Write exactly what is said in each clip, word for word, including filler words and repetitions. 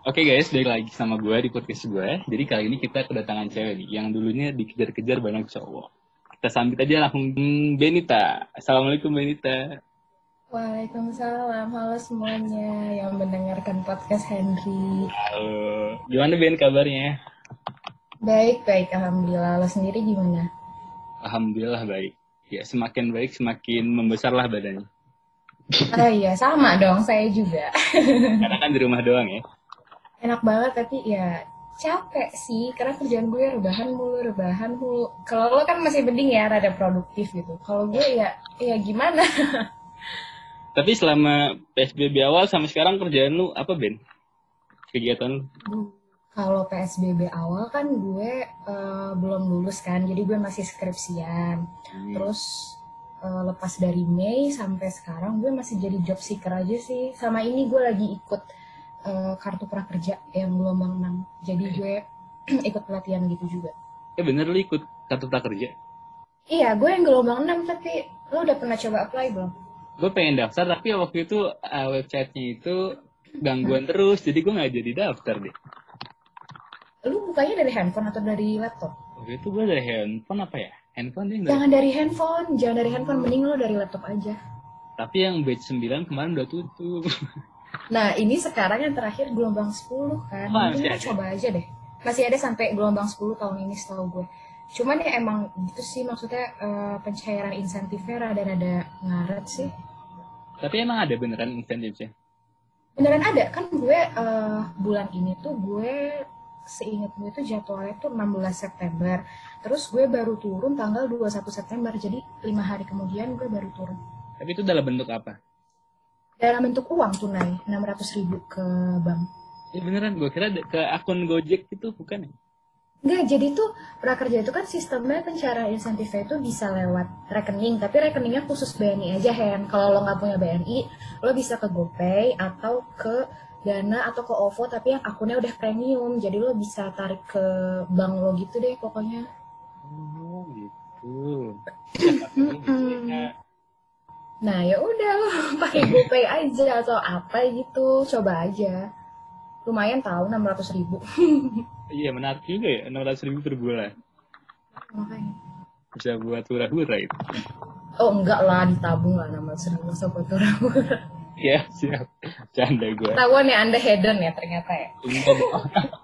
Oke guys, balik lagi sama gue di podcast gue. Jadi kali ini kita kedatangan cewek nih, yang dulunya dikejar-kejar banyak cowok. Kita sambut aja langsung Benita. Assalamualaikum Benita. Waalaikumsalam, halo semuanya yang mendengarkan podcast Henry. Halo. Gimana Ben kabarnya? Baik, baik, alhamdulillah. Lo sendiri gimana? Alhamdulillah baik. Ya semakin baik semakin membesarlah badannya. Ah iya, sama dong, saya juga. Karena kan di rumah doang ya. Enak banget, tapi ya capek sih, karena kerjaan gue rebahan mulu, rebahan mulu. Kalau lo kan masih mending ya, rada produktif gitu. Kalau gue ya, ya gimana? Tapi selama P S B B awal sampai sekarang kerjaan lu apa Ben? Kegiatan lu? Kalau P S B B awal kan gue eh, belum lulus kan, jadi gue masih skripsian. Hmm. Terus eh, lepas dari Mei sampai sekarang gue masih jadi job seeker aja sih. Sama ini gue lagi ikut eh, kartu prakerja yang gelombang enam. Jadi gue ikut pelatihan gitu juga. Eh bener lu ikut kartu prakerja? Iya, gue yang gelombang enam, tapi lo udah pernah coba apply belum? Gue pengen daftar tapi waktu itu uh, websitenya itu gangguan terus, jadi gue nggak jadi daftar deh. Lu bukanya dari handphone atau dari laptop? Waktu itu gue dari handphone apa ya? Handphone dia nggak. Jangan dari handphone, jangan dari handphone, mending lo dari laptop aja. Tapi yang batch sembilan kemarin udah tutup. Nah, ini sekarang yang terakhir gelombang sepuluh kan. Oh, Mungkin masih lo ada. coba aja deh. Masih ada sampai gelombang sepuluh tahun ini setahu gue. Cuman ya emang gitu sih, maksudnya eh, pencairan insentifnya rada-rada ngaret sih. Tapi emang ada beneran insentifnya? Beneran ada kan, gue eh, bulan ini tuh gue seingat gue tuh jadwalnya tuh enam belas September. Terus gue baru turun tanggal dua puluh satu September. Jadi lima hari kemudian gue baru turun. Tapi itu dalam bentuk apa? Dalam bentuk uang tunai, enam ratus ribu ke bank. Ya beneran, gue kira ke akun Gojek itu bukan ya? Enggak, jadi tuh prakerja itu kan sistemnya pencairan insentifnya itu bisa lewat rekening, tapi rekeningnya khusus B N I aja, Hen. Kalau lo nggak punya B N I, lo bisa ke GoPay atau ke Dana atau ke OVO, tapi yang akunnya udah premium, jadi lo bisa tarik ke bank lo gitu deh pokoknya. Oh gitu. Hmm. Nah ya udah lo pakai GoPay aja atau apa gitu, coba aja. Lumayan tahu enam ratus ribu. Iya menarik juga ya, enam ratus ribu per bulan. Makanya. Bisa buat hura-hura itu. Oh enggak lah, ditabung lah enam ratus ribu sobat hura-hura. Iya siap, canda gue. Tahuan ya Anda hedon ya ternyata ya. Enggak dong.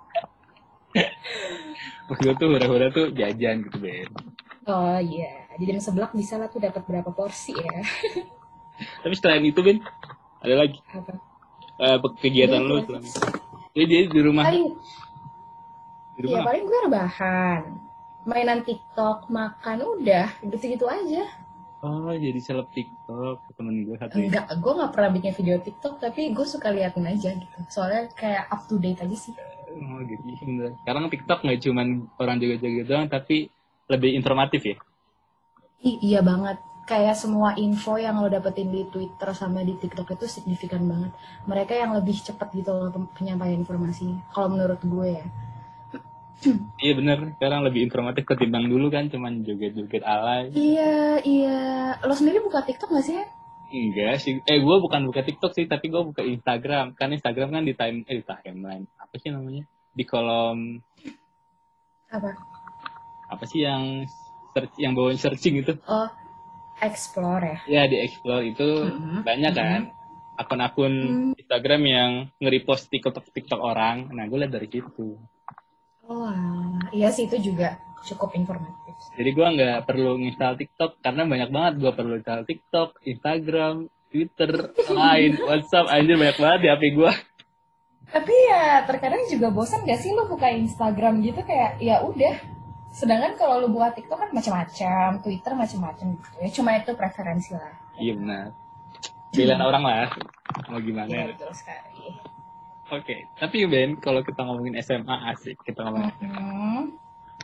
Maksud tuh hura-hura tuh jajan gitu Ben. Oh iya, di jam sebelah bisa lah tuh dapat berapa porsi ya. Tapi selain itu Ben, ada lagi Apa? uh, kegiatan Jadi, lu selama ini? Jadi dia di rumah. paling, Di ya rumah paling gue rebahan. Mainan TikTok, makan, udah gitu-gitu aja. oh, jadi seleb TikTok temen gue satu ini. Enggak, gue gak pernah bikin video TikTok, tapi gue suka liatin aja gitu. Soalnya kayak up to date aja sih. Oh gitu, iya bener. Sekarang TikTok nggak cuman orang joget-joget doang, tapi lebih informatif ya. I- iya banget. Kayak semua info yang lo dapetin di Twitter sama di TikTok itu signifikan banget. Mereka yang lebih cepat gitu loh pem- penyampaian informasinya. Kalau menurut gue ya. Iya bener, sekarang lebih informatif ketimbang dulu kan cuman joget-joget alay. Iya, iya. Lo sendiri buka TikTok gak sih? Enggak sih, eh gue bukan buka TikTok sih, tapi gue buka Instagram. Kan Instagram kan di time, eh di timeline, apa sih namanya? Di kolom, Apa? apa sih yang search, yang bawa searching itu? Oh, explore ya? Ya di explore itu Mm-hmm. banyak kan akun-akun Hmm. Instagram yang nge-repost TikTok TikTok orang. Nah gue liat dari situ. Oh, alah. Iya sih itu juga cukup informatif. Jadi gue nggak perlu install TikTok karena banyak banget gue perlu install TikTok, Instagram, Twitter, Line, WhatsApp, anjir banyak banget di H P gue. Tapi ya terkadang juga bosan gak sih lo buka Instagram gitu, kayak ya udah. Sedangkan kalau lo buka TikTok kan macam-macam, Twitter macam-macam gitu ya. Cuma itu preferensi lah. Iya benar. Pilihan orang lah. Mau gimana? Iya Ya. betul sekali. Oke, tapi Ben, kalau kita ngomongin S M A asik, kita ngomongin. Hmm.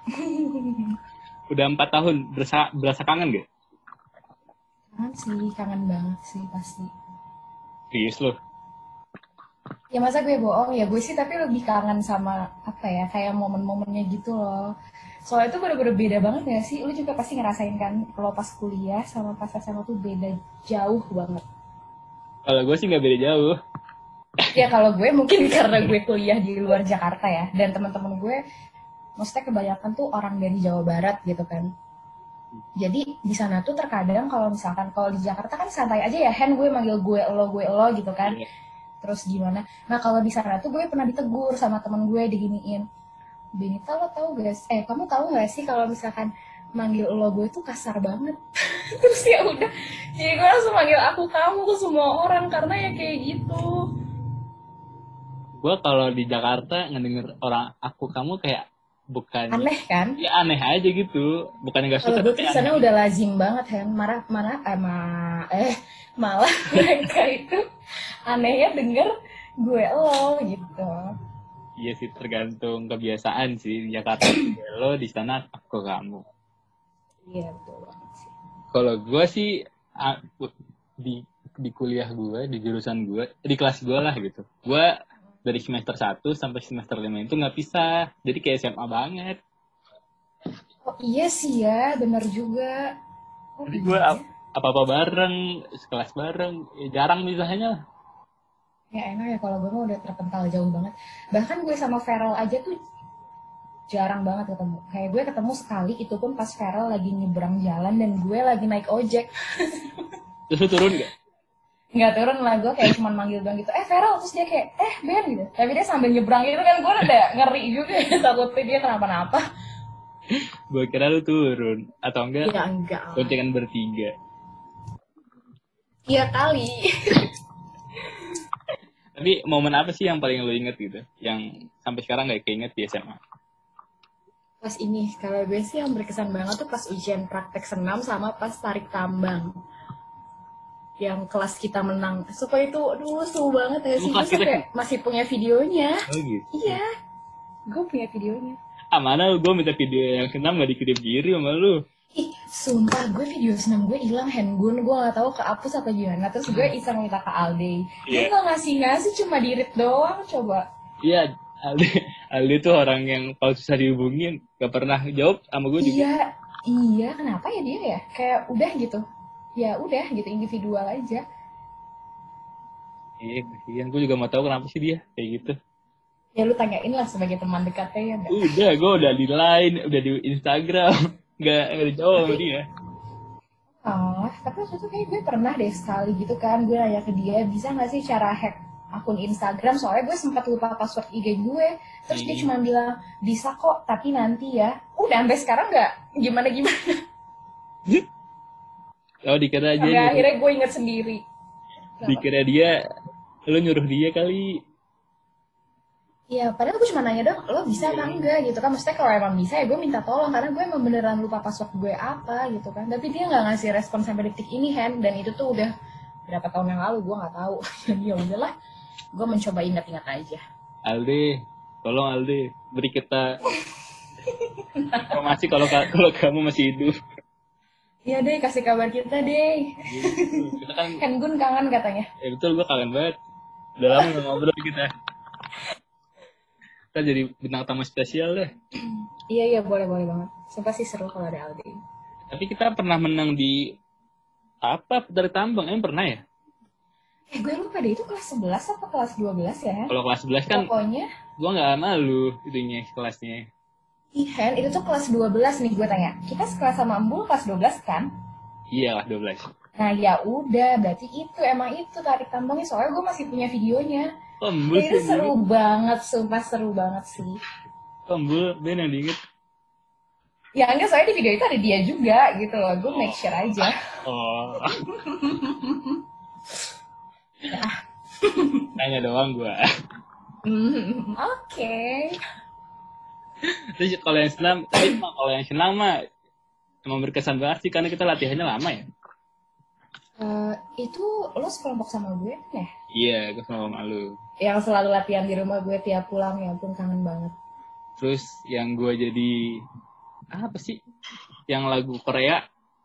Udah empat tahun, berasa, berasa kangen gak? Kangen sih, kangen banget sih pasti. Serius loh. Ya masa gue bohong ya, gue sih tapi lebih kangen sama apa ya, kayak momen-momennya gitu loh. Soalnya itu bener-bener beda banget gak sih? Lu juga pasti ngerasain kan, kalau pas kuliah sama pas S M A tuh beda jauh banget. Kalau gue sih nggak beda jauh. Ya kalau gue mungkin karena gue kuliah di luar Jakarta ya, dan teman-teman gue maksudnya kebanyakan tuh orang dari Jawa Barat gitu kan. Jadi di sana tuh terkadang kalau misalkan kalau di Jakarta kan santai aja ya, Hen, gue manggil gue lo gue lo gitu kan. Iya. Terus gimana? Nah kalau di sana tuh gue pernah ditegur sama temen gue diginiin, Benita lo tau gak sih, eh kamu tahu gak sih kalau misalkan manggil lo gue tuh kasar banget. Terus ya udah, jadi gue langsung manggil aku kamu ke semua orang karena ya kayak gitu. Gue kalau di Jakarta ngedenger orang aku kamu kayak bukan Aneh kan? ya aneh aja gitu, bukannya nggak Kalau suka gue tapi tuh di aneh sana aja. udah lazim banget kan, marah mana eh, ma, eh malah mereka itu anehnya denger gue lo gitu. Iya sih tergantung kebiasaan sih. Di Jakarta lo, di sana aku kamu. Iya betul banget sih. Kalau gue sih a- di di kuliah gue, di jurusan gue, di kelas gue lah gitu. Gue dari semester satu sampai semester lima itu nggak pisah. Jadi kayak S M A banget. Oh iya sih ya, bener juga. Oh Jadi gue iya. apa-apa bareng, sekelas bareng, ya jarang pisahnya. Ya enak ya kalau gue mah udah terpental jauh banget. Bahkan gue sama Feral aja tuh jarang banget ketemu. Kayak gue ketemu sekali, itu pun pas Feral lagi nyebrang jalan dan gue lagi naik ojek. Terus lu turun gak? Nggak turun lah, gue kayak cuman manggil doang gitu, eh Feral, terus dia kayak eh Ben gitu, tapi dia sambil nyebrang gitu kan, gue udah ngeri juga ya, takutnya dia kenapa-napa. Gue kira lu turun. Atau enggak, Ya enggak lah. boncengan bertiga. Iya kali. Tapi momen apa sih yang paling lu inget gitu? Yang sampai sekarang gak keinget di S M A? Pas ini kalau gue sih yang berkesan banget tuh pas ujian praktek senam sama pas tarik tambang yang kelas kita menang. Supaya itu aduh seru banget ya Emang sih, gue kelas kita sampai masih punya videonya. oh gitu. Iya, gue punya videonya. Ah mana gue minta video yang senam gak dikirim diri sama lu. Ih, sumpah gue video senam gue hilang handgun, gue nggak tahu kehapus apa gimana. Terus gue iseng minta ke Alde, dia Iya. nggak ngasih ngasih, cuma dirit doang coba. Iya, Aldi, Aldi tuh orang yang kalau susah dihubungin gak pernah jawab sama gue juga. Iya, iya, kenapa ya dia ya? Kayak udah gitu, ya udah gitu individual aja. Iya, kasihan. Gue juga mau tahu kenapa sih dia kayak gitu. Ya lu tanyain lah sebagai teman dekatnya ya enggak. Udah, gue udah di Line, udah di Instagram, gak, gak dijawab sama Tapi, dia. ah, tapi waktu itu kayak gue pernah deh sekali gitu kan, gue nanya ke dia, bisa nggak sih cara hack akun Instagram, soalnya gue sempat lupa password I G gue. Terus dia Hmm. cuma bilang, bisa kok, tapi nanti ya. Udah, sampai sekarang nggak gimana-gimana. Oh, dikira aja Sampai nyuruh, akhirnya gue inget sendiri. Kenapa? dikira dia, lu nyuruh dia kali. Iya, padahal gue cuma nanya dong, lo bisa apa enggak gitu kan. Maksudnya kalau emang bisa ya gue minta tolong, karena gue emang beneran lupa password gue apa gitu kan. Tapi dia nggak ngasih respon sampai detik ini, Hen. Dan itu tuh udah berapa tahun yang lalu, gue nggak tahu. Jadi ya udahlah, gue mencoba ingat-ingat aja. Aldi, tolong Aldi, beri kita informasi kalau kalau kamu masih hidup. Iya deh, kasih kabar kita deh. Gitu. Kita kan, Kan Gun kangen katanya. ya betul gue kangen banget. Udah lama gak ngobrol kita. Kita jadi bintang tamu spesial deh. Iya, iya, boleh-boleh banget. Sumpah sih seru kalau ada Aldi. Tapi kita pernah menang di apa dari tambang, emang pernah ya? Eh, gue lupa deh, itu kelas sebelas atau kelas dua belas ya, Hen? Kalau kelas sebelas kan Pokoknya, gue nggak malu itunya kelasnya. ih, Hen, itu tuh kelas dua belas nih gue tanya. Kita sekelas sama Embul kelas dua belas kan? Iya kelas dua belas. Nah ya udah, berarti itu emang itu tarik tambangnya, soalnya gue masih punya videonya. Pembul Dan itu sih seru dulu. banget, sumpah seru banget sih. Pembul Ben yang diinget. Ya enggak, soalnya di video itu ada dia juga gitu loh, gue make sure aja. Oh. Tanya doang gue. Hmm, oke. Terus kalau yang senam, tapi mah kalau yang senam mah emang berkesan banget sih karena kita latihannya lama ya. Eh, itu lo sekelompok sama gue kan ya? Iya, gue sama malu. Yang selalu latihan di rumah gue tiap pulang, ya ampun kangen banget. Terus yang gue jadi apa sih? Yang lagu Korea.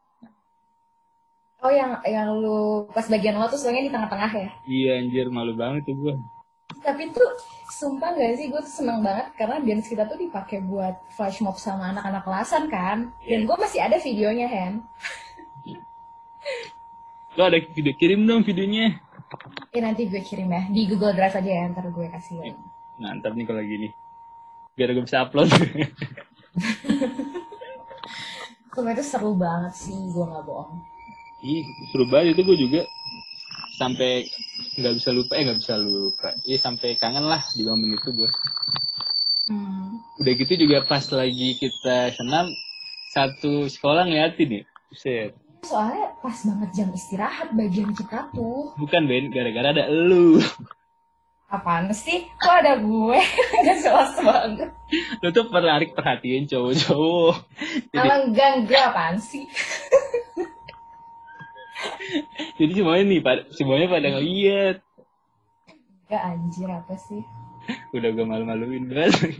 Oh yang yang lu pas bagian lo tuh soalnya di tengah-tengah ya? Iya anjir malu banget tuh gue. Tapi tuh sumpah gak sih, gue tuh seneng banget karena dance kita tuh dipakai buat flash mob sama anak-anak kelasan kan. Dan gue masih ada videonya, Hen. Lo ada video, kirim dong videonya. Ya nanti gue kirim ya. Di Google Drive aja ya, ntar gue kasih link. Mantap nih kalau gini. Biar gue bisa upload. Kuliah itu seru banget sih, gue gak bohong. Ih, seru banget itu gue juga. Sampai nggak bisa lupa, eh nggak bisa lupa. Iya sampai kangen lah di momen itu gue. Hmm. Udah gitu juga pas lagi kita senam, satu sekolah ngeliatin nih. Buset. Soalnya pas banget jam istirahat bagian kita tuh. Bukan Ben, gara-gara ada elu. Apaan sih? Kok ada gue? Gak jelas banget. Lu tuh menarik perhatian cowok-cowok. Jadi, Emang enggak apaan sih? jadi semuanya nih, pada, semuanya pada ngeliat. Enggak anjir apa sih? Udah gue malu-maluin banget.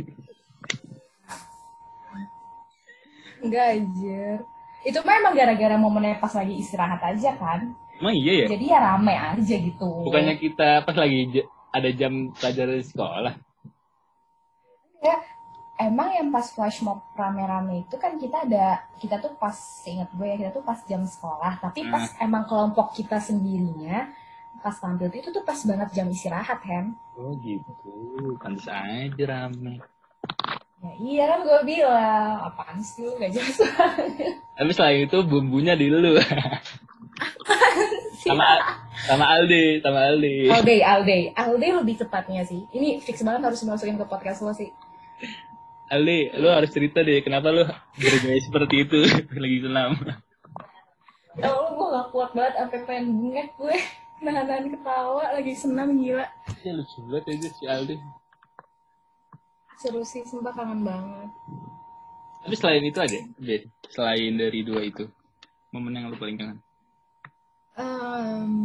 Enggak anjir. Itu mah emang gara-gara momennya pas lagi istirahat aja kan. Emang iya ya? Jadi ya rame aja gitu. Bukannya kita pas lagi j- ada jam pelajaran di sekolah? Ya, emang yang pas flash mob rame-rame itu kan kita ada, kita tuh pas, inget gue ya, kita tuh pas jam sekolah. Tapi pas emang kelompok kita sendirinya, pas tampil itu tuh pas banget jam istirahat, Hen. Oh gitu, pantas aja rame. Ya iya kan gue bilang, apaan sih lu gak jelas banget. Tapi selain itu bumbunya di lu. sama sama Aldi, sama Aldi. Alde, Alde, Alde lebih tepatnya sih. Ini fix banget harus dimasukin ke podcast lo sih. Aldi, lu harus cerita deh kenapa lu bergaya seperti itu lagi senam. Ya Allah, gue gak kuat banget sampai pengen bengek gue. Nahan-nahan ketawa lagi senam gila. Ya lucu banget aja si Aldi. Seru sih, sumpah kangen banget. Tapi selain itu ada, Ben, selain dari dua itu, momen yang lu paling kangen? Um,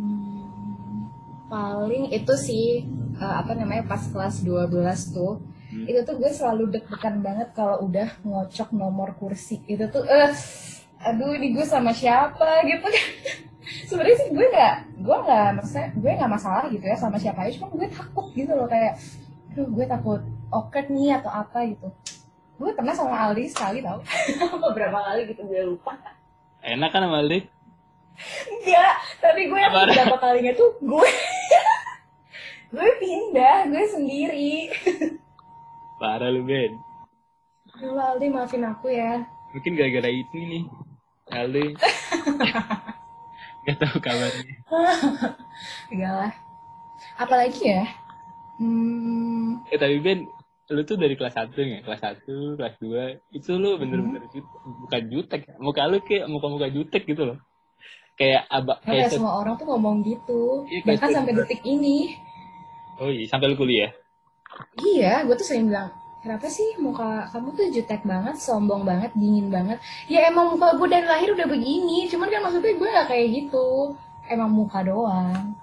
paling itu sih uh, apa namanya pas kelas dua belas tuh. Hmm. Itu tuh gue selalu deg-degan banget kalau udah ngocok nomor kursi. Itu tuh eh uh, aduh ini gue sama siapa gitu. Sebenarnya sih gue nggak gue nggak maksudnya gue nggak masalah gitu ya sama siapa aja, cuma gue takut gitu loh, kayak aduh gue takut oket nih atau apa gitu. Gue pernah sama Aldi sekali tau. Beberapa kali gitu gue lupa. Enak kan sama Aldi? Enggak, tapi gue yang beberapa kalinya tuh gue gue pindah, gue sendiri. Parah lu Ben. Aduh Aldi maafin aku ya. Mungkin gara-gara itu nih Aldi gak tahu kabarnya. Enggak lah. Apalagi ya? Hmm. Eh tapi Ben, lu tuh dari kelas satu ya, kelas satu, kelas dua, itu lu bener-bener hmm. jutek, bukan jutek ya, muka lu kayak muka-muka jutek gitu loh. Kayak abak kayak set... semua orang tuh ngomong gitu. Iya, bahkan set... sampai detik ini. Oh iya, sampai lu kuliah? Iya, gue tuh sering bilang, kenapa sih muka kamu tuh jutek banget, sombong banget, dingin banget. Ya emang muka gue dari lahir udah begini, cuman kan maksudnya gue gak kayak gitu. Emang muka doang.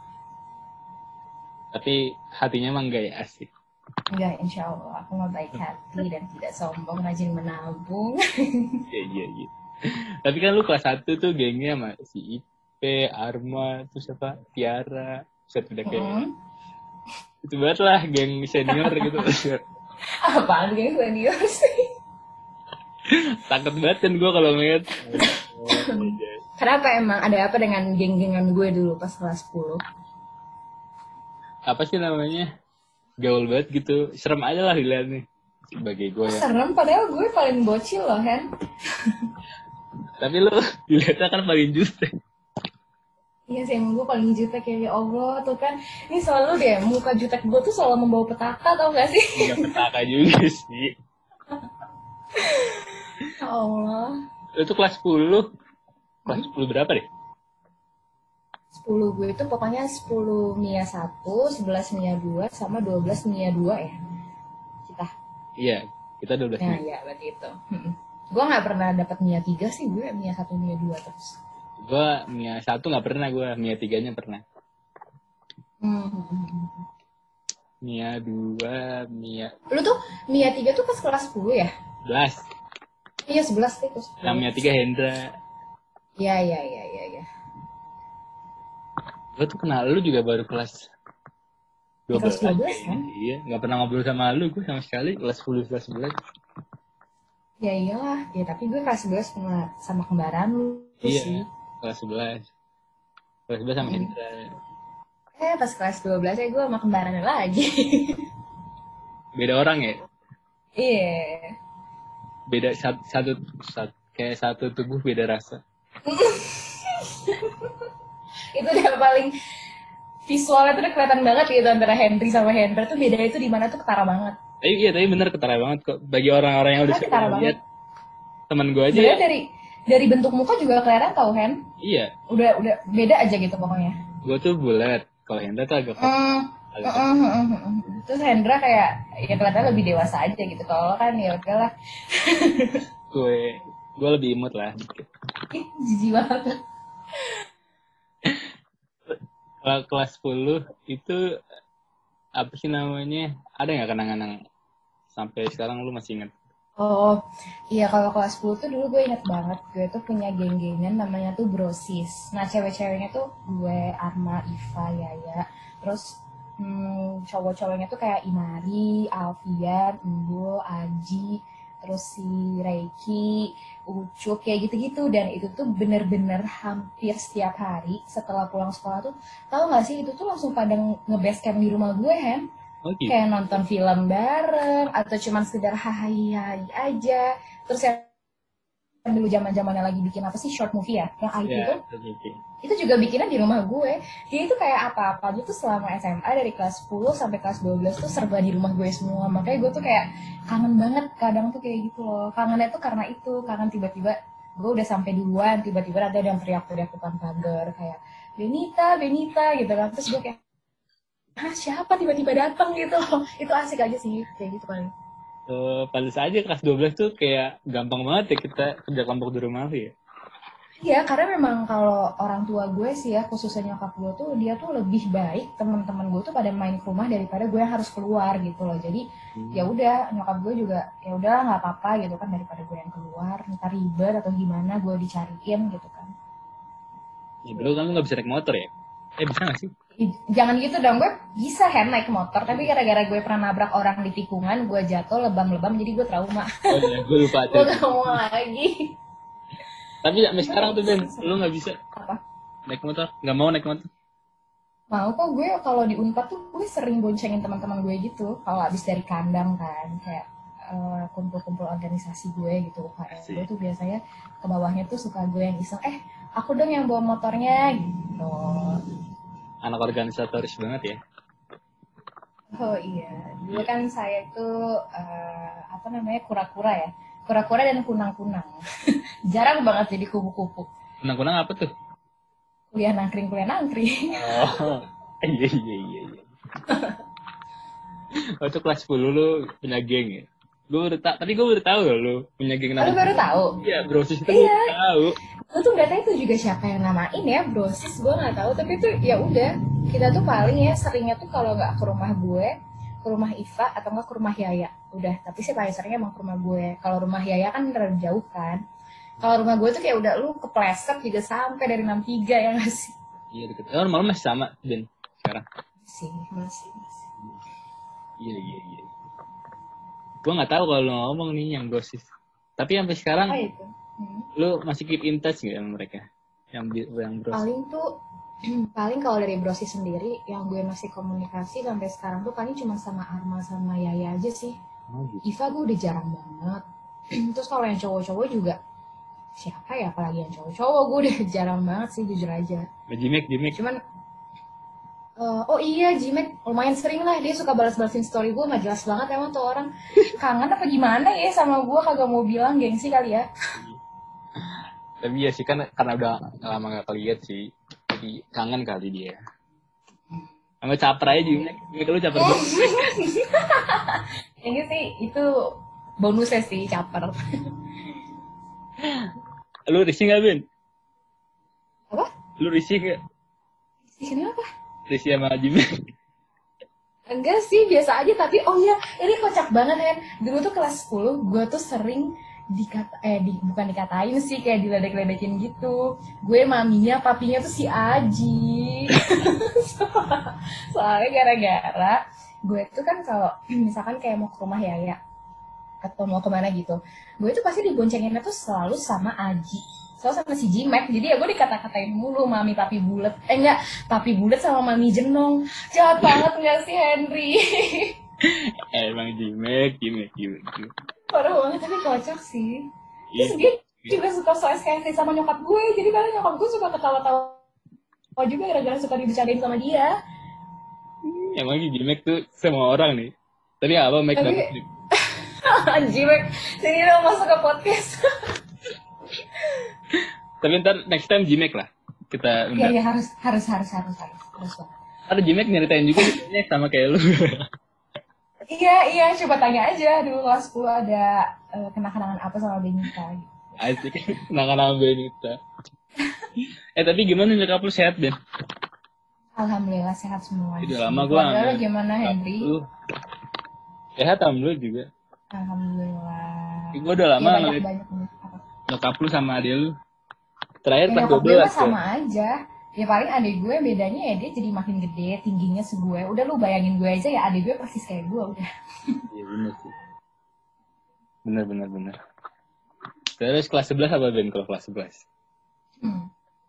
Tapi hatinya emang gak ya asik? Enggak, insya Allah. Aku mah baik hati dan tidak sombong, rajin menabung. Iya, iya, iya. Tapi kan lu kelas satu tuh gengnya sama si Ipe, Arma, terus apa, Tiara, set udah kayak mm-hmm. itu banget lah geng senior gitu. Apaan geng senior sih? Takut banget kan gue kalau ngeliat. Kenapa emang? Ada apa dengan geng-gengan gue dulu pas kelas sepuluh? Apa sih namanya? Gaul banget gitu, serem aja lah dilihat nih sebagai gue ya. Serem, padahal gue paling bocil loh, Hen. Tapi lu dilihatnya kan paling jutek. Iya sih, emang gue paling jutek ya, ya Allah tuh kan. Ini selalu deh, muka jutek gue tuh selalu membawa petaka, tau gak sih? Enggak petaka juga sih. Ya Allah. Lu tuh kelas sepuluh. Kelas sepuluh berapa deh? sepuluh gue itu pokoknya sepuluh Mia satu, sebelas Mia dua, sama dua belas Mia dua ya. Kita. Iya, kita dua belas Nah, Mia. Iya, berarti itu. Gue gak pernah dapat Mia tiga sih, gue Mia satu, Mia dua terus. Gue Mia satu gak pernah, gue Mia tiga-nya pernah. Hmm. Mia dua, Mia... Lu tuh Mia tiga tuh pas kelas sepuluh ya? sebelas. Iya, sebelas tuh. Nah, Mia tiga Hendra. Iya, iya, iya, iya. Ya. Gue tuh kenal lu juga baru kelas dua belas, dua belas kan? Iya, gak pernah ngobrol sama lu, gue sama sekali kelas sepuluh, kelas sebelas. Ya iyalah, ya tapi gue kelas sebelas sama, sama kembaran lu iya, sih. Kelas sebelas. Kelas sebelas sama hmm. Indra. Eh pas kelas dua belas ya gue sama kembarannya lagi. Beda orang ya? Iya. Beda satu, satu, satu kayak satu tubuh beda rasa. Itu udah paling visualnya tuh udah kelihatan banget gitu antara Henry sama Hendra tuh bedanya itu di mana tuh ketara banget. Tapi iya, tapi bener ketara banget kok. Bagi orang-orang yang udah Ketara, ketara sering banget. lihat teman gue aja. Sebenarnya dari dari bentuk muka juga kelihatan tau Hen. Iya. Udah udah beda aja gitu pokoknya. Gue tuh bulat. Kalau Hendra tuh agak Mm, agak mm, mm, mm, mm. Terus Hendra kayak ya kelihatan lebih dewasa aja gitu. Kalau lo kan ya udahlah. gue gue lebih imut lah dikit. Ih, jijik banget. Kalau kelas sepuluh itu apa sih namanya? Ada nggak kenang-kenang sampai sekarang lu masih ingat? Oh, iya kalau kelas sepuluh tuh dulu gue inget banget. Gue tuh punya geng-gengan namanya tuh Brosis. Nah, cewek-ceweknya tuh gue, Arma, Iva, Yaya. Terus hmm, cowok-cowoknya tuh kayak Inari, Alfian, Embul, Aji, terus si Reiki, Ucup, kayak gitu-gitu. Dan itu tuh bener-bener hampir setiap hari setelah pulang sekolah tuh, tahu gak sih itu tuh langsung pada nge-base camp di rumah gue, Hen. Oh gitu. Kayak nonton film bareng atau cuman sekedar hahaha aja. Terus yang dulu zaman-zamannya lagi bikin apa sih short movie ya, yang I T Ya, tuh, oke. itu juga bikinnya di rumah gue. Jadi itu kayak apa-apa aja tuh selama S M A dari kelas sepuluh sampai kelas dua belas tuh serba di rumah gue semua. Makanya gue tuh kayak kangen banget kadang tuh kayak gitu loh. Kangennya tuh karena itu, kangen tiba-tiba gue udah sampai duluan, tiba-tiba ada yang teriak-teriak depan pagar kayak Benita, Benita gitu kan. Terus gue kayak ah siapa tiba-tiba datang gitu loh. Itu asik aja sih kayak gitu paling. Uh, pada saat aja kelas dua belas tuh kayak gampang banget ya kita kerja kelompok di rumah ya. Iya, karena memang kalau orang tua gue sih ya, khususnya nyokap gue tuh, dia tuh lebih baik teman-teman gue tuh pada main ke rumah daripada gue yang harus keluar gitu loh. Jadi hmm. ya udah, nyokap gue juga ya udah nggak apa-apa gitu kan, daripada gue yang keluar, ntar ribet atau gimana gue dicariin gitu kan. Ya dulu kan lu nggak bisa naik motor ya? Eh bisa nggak sih? Jangan gitu dong, gue bisa kan naik motor, tapi gara-gara gue pernah nabrak orang di tikungan, gue jatuh lebam-lebam, jadi gue trauma. Oh iya, gue lupa. Gue gak mau lagi. Tapi sampai sekarang tuh Ben, lu nggak bisa apa? Naik motor? Nggak mau naik motor? Mau kok, gue kalau di Unpad tuh gue sering boncengin teman-teman gue gitu, kalau abis dari kandang kan, kayak uh, kumpul-kumpul organisasi gue gitu, U K M. Gue tuh biasanya ke bawahnya tuh suka gue yang iseng, eh aku dong yang bawa motornya gitu. Anak organisatoris banget ya. Oh iya, dulu kan saya itu uh, apa namanya kura-kura ya, kura-kura dan kunang-kunang. Jarang banget jadi kupu-kupu. Kunang-kunang apa tuh? Kuliah nangkring, kuliah nangkring. Oh, iya iya iya. iya. Waktu kelas sepuluh lu punya geng ya? Gue baru tahu, tapi gue baru tahu loh lu punya geng namanya. Lu baru tahu? Iya, Brosis itu iya. Gue tahu. Gue tuh nggak tahu itu juga siapa yang namain ya Brosis, gue nggak tahu. Tapi itu ya udah, kita tuh paling ya seringnya tuh kalau nggak ke rumah gue, ke rumah Iva atau nggak ke rumah Yaya. Udah, tapi sih paling seringnya emang ke rumah gue. Kalau rumah Yaya kan terlalu jauh kan. Kalau rumah gue tuh kayak udah lu kepleset juga sampai dari enam tiga ya nggak sih? Iya deket. Oh, malam masih sama Ben sekarang. Masih, masih, masih. Iya iya iya. Gue nggak tahu kalau lu ngomong nih yang Brosis. Tapi sampai sekarang, oh, itu. Hmm. Lu masih keep in touch nggak sama mereka? Yang yang Brosis? Paling tuh, paling kalau dari Brosis sendiri, yang gue masih komunikasi sampai sekarang tuh paling cuma sama Arma sama Yaya aja sih. Oh, gitu. Iva gue udah jarang banget. Terus kalau yang cowok-cowok juga, siapa ya apalagi yang cowok-cowok gue udah jarang banget sih jujur aja. Jimek, Jimek. Cuman, uh, oh iya Jimek lumayan sering lah, dia suka balas-balasin story gue, nggak jelas banget emang tuh orang. Kangen apa gimana ya sama gue, kagak mau bilang, gengsi kali ya. Tapi ya sih kan karena udah lama gak keliat sih, jadi kangen kali dia. Sama caper aja Jimek, Jimek lu caper banget. Yang sih itu bonusnya sih caper. Lu risih gak Ben? Apa? Lu risih gak? Risih kenapa? Risih sama Jimek? Enggak sih, biasa aja. Tapi oh iya, ini kocak banget kan. Dulu tuh kelas sepuluh, gue tuh sering dikata, eh di, bukan dikatain sih, kayak diledek-ledekin gitu. Gue maminya, papinya tuh si Aji. Soalnya gara-gara gue tuh kan kalau misalkan kayak mau ke rumah Yaya, atau mau kemana gitu, gue tuh pasti diboncenginnya tuh selalu sama Aji, selalu sama si Jimek. Jadi ya gue dikata-katain mulu mami papi bulet, eh enggak, papi bulet sama mami jenong. Jahat banget nggak sih Henry? Eh, emang Jimek, Jimek, Jimek. Jimek. Parah banget, tapi kocak sih. Iya. Terus dia juga suka so S K S D sama nyokap gue, jadi kadang nyokap gue suka ketawa-tawa juga gara-gara suka dibicarain sama dia. Hmm, emang Jimek tuh semua orang nih. Tadi apa Mike Tapi banget nih? Anjir, sini dong masuk ke podcast. Tapi ntar next time Jimek lah. Kita Iya undang. iya harus harus harus harus harus harus banget. Ada Jimek nyeritain juga nih sama kayak lu. Iya iya coba tanya aja dulu kelas sepuluh ada uh, kenang-kenangan apa sama Benita gitu. Asik, kenangan sama Benita. Eh tapi gimana nyokap lu sehat Ben? Alhamdulillah sehat semua. Udah lama gue Keluarga gimana Henry? Lu sehat alhamdulillah juga. Alhamdulillah. Gue udah lama ya, ngeliat banyak, banyak. nyokap lu sama adik lu. Terakhir Ya, pas nyokap dua gue belas mah sama aja. Ya paling adik gue bedanya ya dia jadi makin gede, tingginya segue. Udah lu bayangin gue aja ya adik gue persis kayak gue udah. Iya bener sih. Bener bener bener. Terus kelas sebelas apa Ben kalau kelas sebelas? Hmm.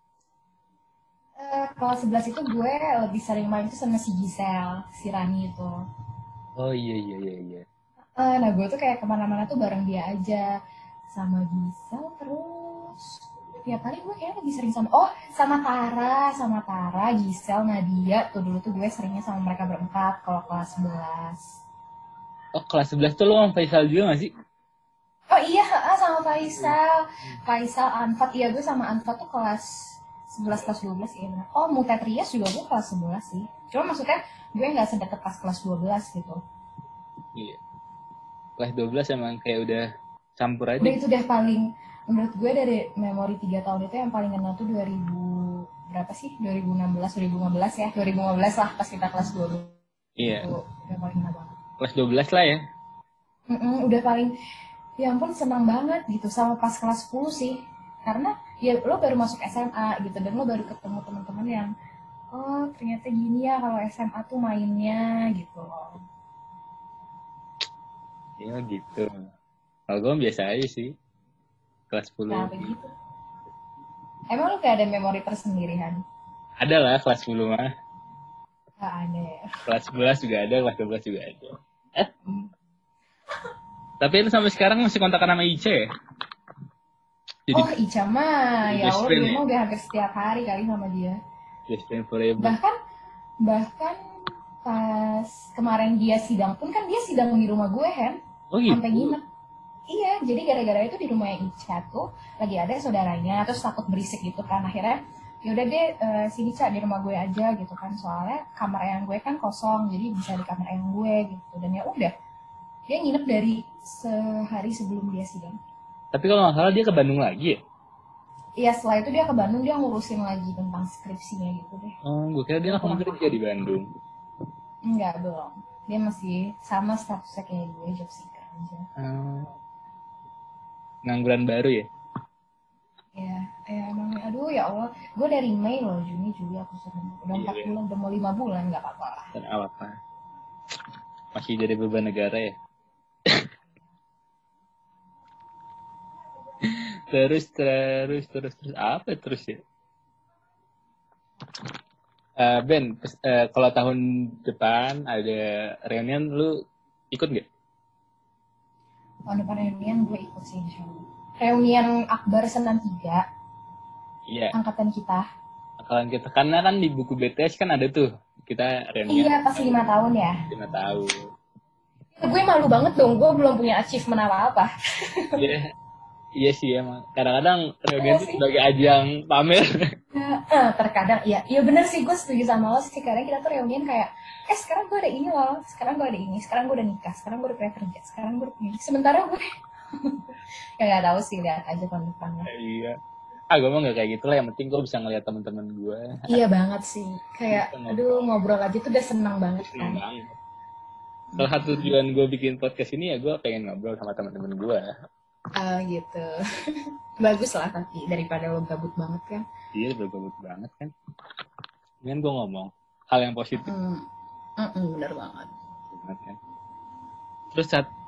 Uh, kelas sebelas itu gue lebih sering main tuh sama si Giselle, si Rani itu. Oh iya iya iya iya. Uh, nah gue tuh kayak kemana-mana tuh bareng dia aja. Sama Giselle terus ya paling gue kayaknya lebih sering sama oh sama Tara sama Tara Giselle Nadia tuh dulu tuh gue seringnya sama mereka berempat kalau kelas sebelas. Oh kelas sebelas tuh lo sama Faisal juga gak sih? Oh iya sama Faisal Faisal Anfat. Iya gue sama Anfat tuh kelas sebelas kelas dua belas ya. Oh Mutet Rias juga gue kelas sebelas sih. Cuma maksudnya gue gak sedekat pas kelas dua belas gitu. Iya. Kelas dua belas emang kayak udah campur aja. Udah itu udah paling menurut gue dari memori tiga tahun itu yang paling kenal tuh dua ribu berapa sih? dua ribu enam belas dua ribu lima belas ya. dua ribu lima belas lah pas kita kelas dua belas. Iya. Itu udah paling kenal banget. Kelas dua belas lah ya. Mm-mm, udah paling ya ampun senang banget gitu sama pas kelas sepuluh sih. Karena ya lo baru masuk S M A gitu dan lo baru ketemu teman-teman yang oh ternyata gini ya kalau S M A tuh mainnya gitu loh. Iya gitu. Kalau gue biasa aja sih. Kelas sepuluh. Nah begitu. Emang lo gak ada memori tersendiri Han? Ada lah kelas sepuluh mah. Gak ada ya. Kelas sebelas juga ada, kelas dua belas juga ada. Eh? Hmm. Tapi itu sampai sekarang masih kontakan sama Ica ya? Jadi, oh Ica mah, ya Allah dia ya? mah udah hampir setiap hari kali sama dia. Best friend forever. Bahkan, bahkan pas kemarin dia sidang pun kan dia sidang di rumah gue kan. Oh gitu? Sampai nginep. Iya, jadi gara-gara itu di rumahnya Ica tuh lagi ada saudaranya, terus takut berisik gitu kan. Akhirnya yaudah deh uh, sini Ca di rumah gue aja gitu kan. Soalnya kamar yang gue kan kosong, jadi bisa di kamar yang gue gitu. Dan ya udah, dia nginep dari sehari sebelum dia sidang. Tapi kalau nggak salah dia ke Bandung lagi ya? Iya, setelah itu dia ke Bandung, dia ngurusin lagi tentang skripsinya gitu deh. Oh, gue kira dia langsung kerja di Bandung. Enggak, belum. Dia masih sama statusnya kayak gue, job seeker aja. Hmm. Ngangguran baru ya? Ya, ya emang, aduh ya Allah. Gue dari Mei loh, Juni, Juli aku sering. Udah empat iya, bulan, udah mau lima bulan, nggak apa-apa lah. Dan apa? Masih jadi beban negara ya? terus terus terus terus apa terus ya? Uh, Ben, uh, kalau tahun depan ada reunian, lu ikut nggak? Tahun depan reunian gue ikut sih, insyaallah. Reunian Akbar Senan tiga. Iya. Angkatan kita. Angkatan kita, karena kan di buku B T S kan ada tuh kita reunian. Iya, pas lima tahun ya. Lima tahun. Gue malu banget dong, gue belum punya achievement apa-apa. Iya. Iya sih emang. Kadang-kadang reunian itu sebagai ajang pamer. Nah, terkadang iya. Iya bener sih, gue setuju sama lo sih. Kadang kita tuh reunian kayak, eh sekarang gue ada ini loh, sekarang gue ada ini, sekarang gue udah nikah, sekarang gue udah punya kerja, sekarang gue udah punya. Sementara gue ya nggak tahu sih, lihat aja tahun depan. Iya. Ah gue mah nggak kayak gitu lah. Yang penting gue bisa ngeliat teman-teman gue. Iya banget sih. Kayak, aduh ngobrol aja tuh udah senang banget senang kan. Banget. Salah satu tujuan gue bikin podcast ini ya gue pengen ngobrol sama teman-teman gue. Oh gitu. Bagus lah tapi daripada lo gabut banget kan. Iya udah gabut banget kan. Dengan gue ngomong hal yang positif. Mm. Mm-mm, bener banget. Banget kan. Terus saat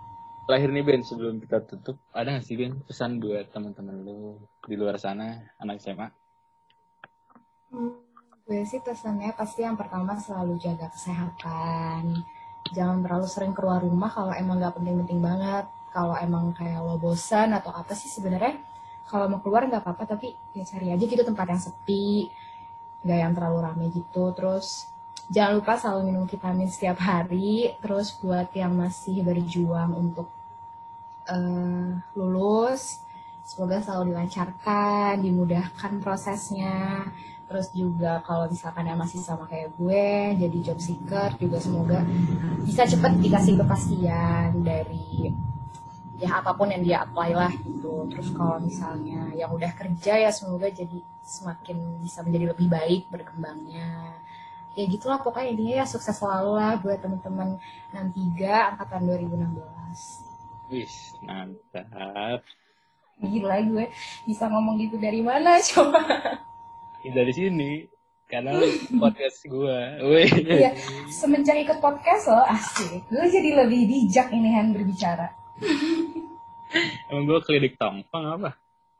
terakhir nih Ben, sebelum kita tutup, ada nggak sih Ben pesan buat teman-teman lu di luar sana, anak S M A? Hmm, gue sih pesannya pasti yang pertama selalu jaga kesehatan. Jangan terlalu sering keluar rumah kalau emang nggak penting-penting banget. Kalau emang kayak lo bosan atau apa sih sebenarnya, kalau mau keluar nggak apa-apa, tapi ya cari aja gitu tempat yang sepi, nggak yang terlalu rame gitu. Terus jangan lupa selalu minum vitamin setiap hari. Terus buat yang masih berjuang untuk eh, lulus, semoga selalu dilancarkan, dimudahkan prosesnya. Terus juga kalau misalkan yang masih sama kayak gue, jadi job seeker juga semoga bisa cepet dikasih kepastian dari ya apapun yang dia apply lah gitu. Terus kalau misalnya yang udah kerja ya semoga jadi semakin bisa menjadi lebih baik berkembangnya. Ya gitulah pokoknya intinya ya sukses selalu lah buat teman-teman enam tiga angkatan dua ribu enam belas. Wis, mantap. Gila gue bisa ngomong gitu dari mana coba? Dari sini, karena lu podcast gue. Wih. Iya, semenjak ikut podcast lo asik. Gue jadi lebih bijak ini Han berbicara. Emang gue klinik tongfang apa?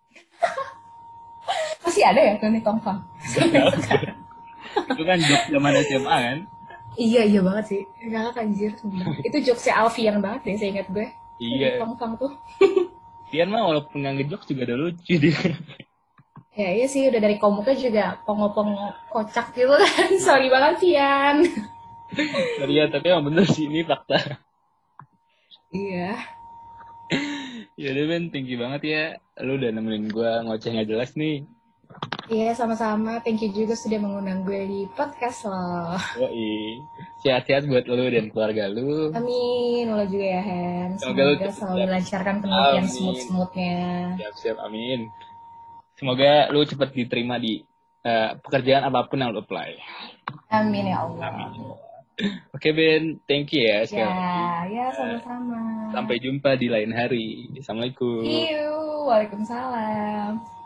Masih ada ya klinik tongfang? Itu kan joke zaman S M A kan? Iya, iya banget sih. Enggak anjir. Itu jokesnya Alfian banget deh, saya ingat gue. Iya. Klinik tongfang tuh. Tian mah walaupun nggak ngejok juga udah lucu dia. Ya iya sih, udah dari komuknya juga pongo-pongo kocak gitu kan. Sorry banget Fian. Sorry ya, tapi emang bener sih, ini fakta. Iya. Ya udah Ben, thank you banget ya. Lu udah nemenin gue ngoceh nggak jelas nih. Iya, sama-sama. Thank you juga sudah mengundang gue di podcast lo. Yoi. Sehat-sehat buat lu dan keluarga lu. Amin, lo juga ya Hen. Semoga lu Semoga cepet selalu dapet. dilancarkan penelitian Amin. smooth-smoothnya. Siap-siap, amin. Semoga lu cepat diterima di uh, pekerjaan apapun yang lu apply. Amin ya Allah. Amin. Oke Ben, thank you ya sekali Ya, lagi. ya sama-sama. Sampai jumpa di lain hari. Assalamualaikum. See you. Waalaikumsalam.